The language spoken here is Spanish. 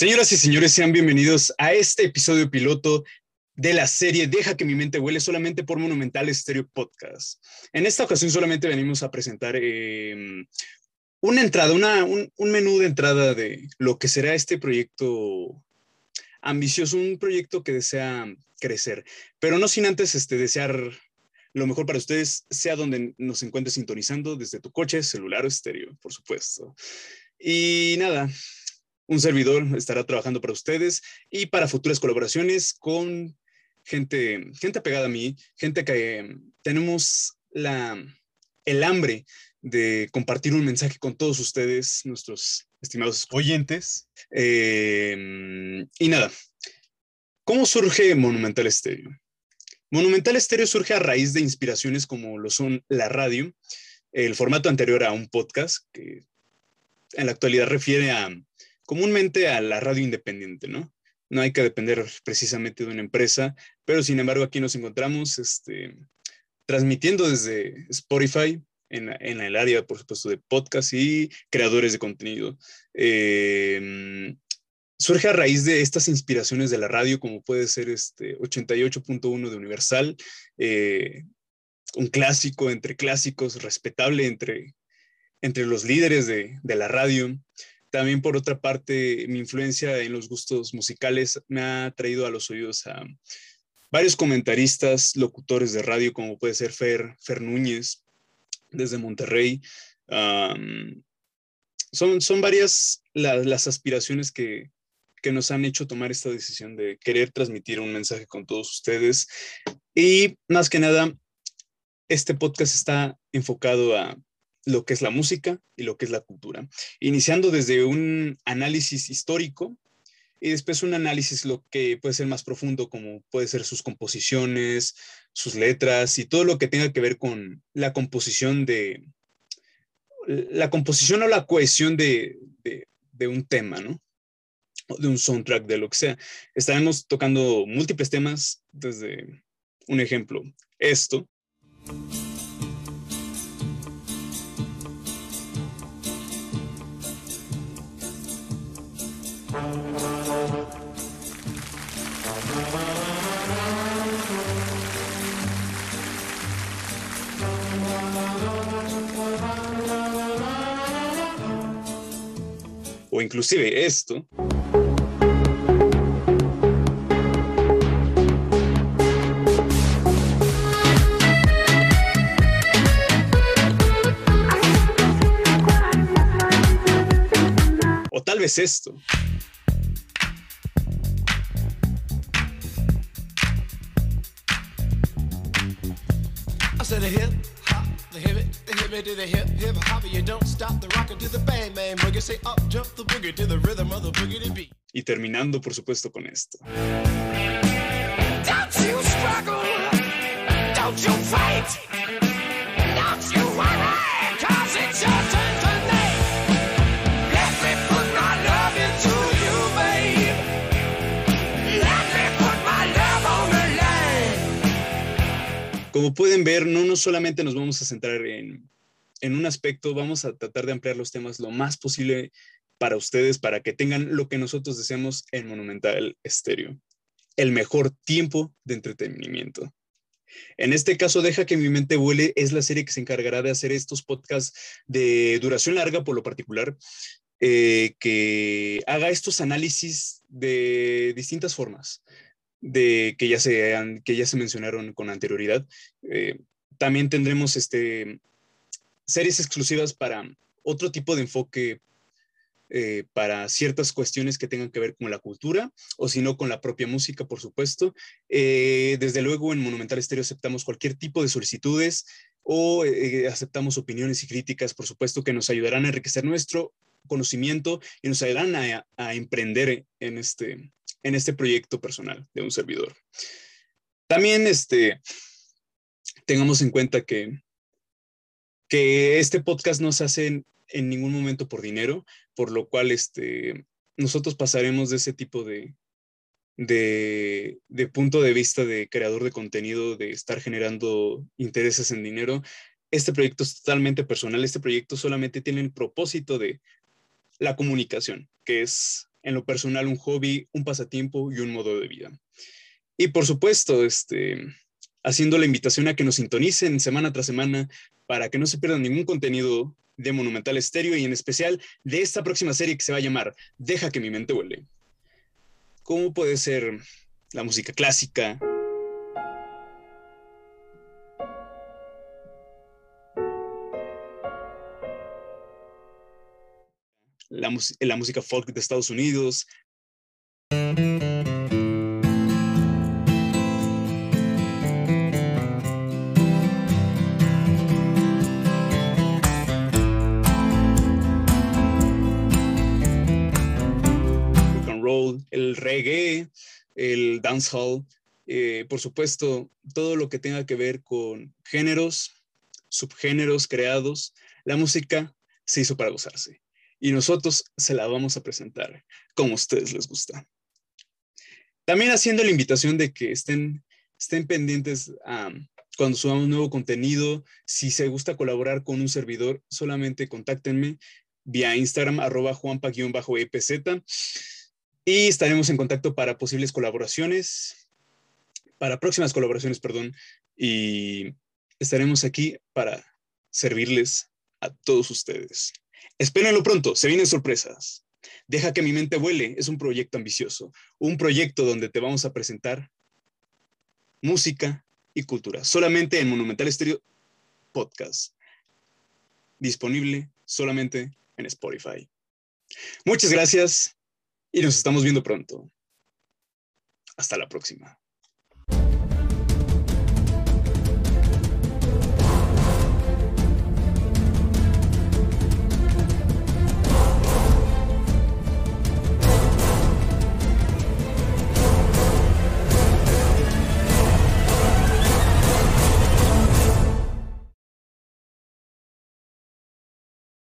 Señoras y señores, sean bienvenidos a este episodio piloto de la serie Deja que mi mente vuele solamente por Monumental Estéreo Podcast. En esta ocasión solamente venimos a presentar una entrada, un menú de entrada de lo que será este proyecto ambicioso, un proyecto que desea crecer, pero no sin antes desear lo mejor para ustedes, sea donde nos encuentres sintonizando, desde tu coche, celular o estéreo, por supuesto. Y nada, un servidor estará trabajando para ustedes y para futuras colaboraciones con gente pegada a mí, gente que tenemos el hambre de compartir un mensaje con todos ustedes, nuestros estimados oyentes. Y nada, ¿cómo surge Monumental Estéreo? Monumental Estéreo surge a raíz de inspiraciones como lo son la radio, el formato anterior a un podcast, que en la actualidad refiere comúnmente a la radio independiente, ¿no? No hay que depender precisamente de una empresa, pero sin embargo aquí nos encontramos transmitiendo desde Spotify, en el área, por supuesto, de podcast y creadores de contenido. Surge a raíz de estas inspiraciones de la radio, como puede ser 88.1 de Universal, un clásico entre clásicos, respetable entre los líderes de la radio. También, por otra parte, mi influencia en los gustos musicales me ha traído a los oídos a varios comentaristas, locutores de radio, como puede ser Fer Núñez, desde Monterrey. Son varias las aspiraciones que nos han hecho tomar esta decisión de querer transmitir un mensaje con todos ustedes. Y más que nada, este podcast está enfocado a lo que es la música y lo que es la cultura, iniciando desde un análisis histórico y después un análisis lo que puede ser más profundo, como puede ser sus composiciones, sus letras y todo lo que tenga que ver con la composición o la cohesión de un tema, ¿no? O de un soundtrack, de lo que sea. Estaremos tocando múltiples temas, desde un ejemplo, esto. O inclusive esto. O tal vez esto. I said a hip hop, the hip it to the hip hip hop, you don't stop the rocker to the bang bang boogie, say up jump the boogie to the rhythm of the boogie to beat. Y terminando, por supuesto, con esto. Don't you struggle, don't you fight, don't you worry, 'cause it's your turn tonight. Let me put my love into you, babe. Let me put my love on the line. Como pueden ver, no solamente nos vamos a centrar en un aspecto, vamos a tratar de ampliar los temas lo más posible para ustedes, para que tengan lo que nosotros deseamos en Monumental Estéreo, el mejor tiempo de entretenimiento. En este caso, Deja que mi mente vuele es la serie que se encargará de hacer estos podcasts de duración larga, por lo particular, que haga estos análisis de distintas formas, que ya se mencionaron con anterioridad. También tendremos series exclusivas para otro tipo de enfoque, para ciertas cuestiones que tengan que ver con la cultura, o si no, con la propia música, por supuesto. Desde luego, en Monumental Estéreo aceptamos cualquier tipo de solicitudes o aceptamos opiniones y críticas, por supuesto, que nos ayudarán a enriquecer nuestro conocimiento y nos ayudarán a emprender en este proyecto personal de un servidor. También tengamos en cuenta que este podcast no se hace en ningún momento por dinero, por lo cual nosotros pasaremos de ese tipo de punto de vista de creador de contenido, de estar generando intereses en dinero. Este proyecto es totalmente personal. Este proyecto solamente tiene el propósito de la comunicación, que es en lo personal un hobby, un pasatiempo y un modo de vida. Y por supuesto, haciendo la invitación a que nos sintonicen semana tras semana para que no se pierdan ningún contenido de Monumental Estéreo y en especial de esta próxima serie que se va a llamar Deja que mi mente vuele. ¿Cómo puede ser la música clásica? La música folk de Estados Unidos, rock and roll, el reggae, el dancehall, por supuesto, todo lo que tenga que ver con géneros, subgéneros creados. La música se hizo para gozarse y nosotros se la vamos a presentar como a ustedes les gusta. También haciendo la invitación de que estén pendientes cuando subamos nuevo contenido. Si se gusta colaborar con un servidor, solamente contáctenme vía Instagram, @juanpa_epz, y estaremos en contacto para próximas colaboraciones, perdón, y estaremos aquí para servirles a todos ustedes. Espérenlo pronto, se vienen sorpresas. Deja que mi mente vuele es un proyecto ambicioso, un proyecto donde te vamos a presentar música y cultura, solamente en Monumental Estéreo Podcast, disponible solamente en Spotify. Muchas gracias y nos estamos viendo pronto. Hasta la próxima.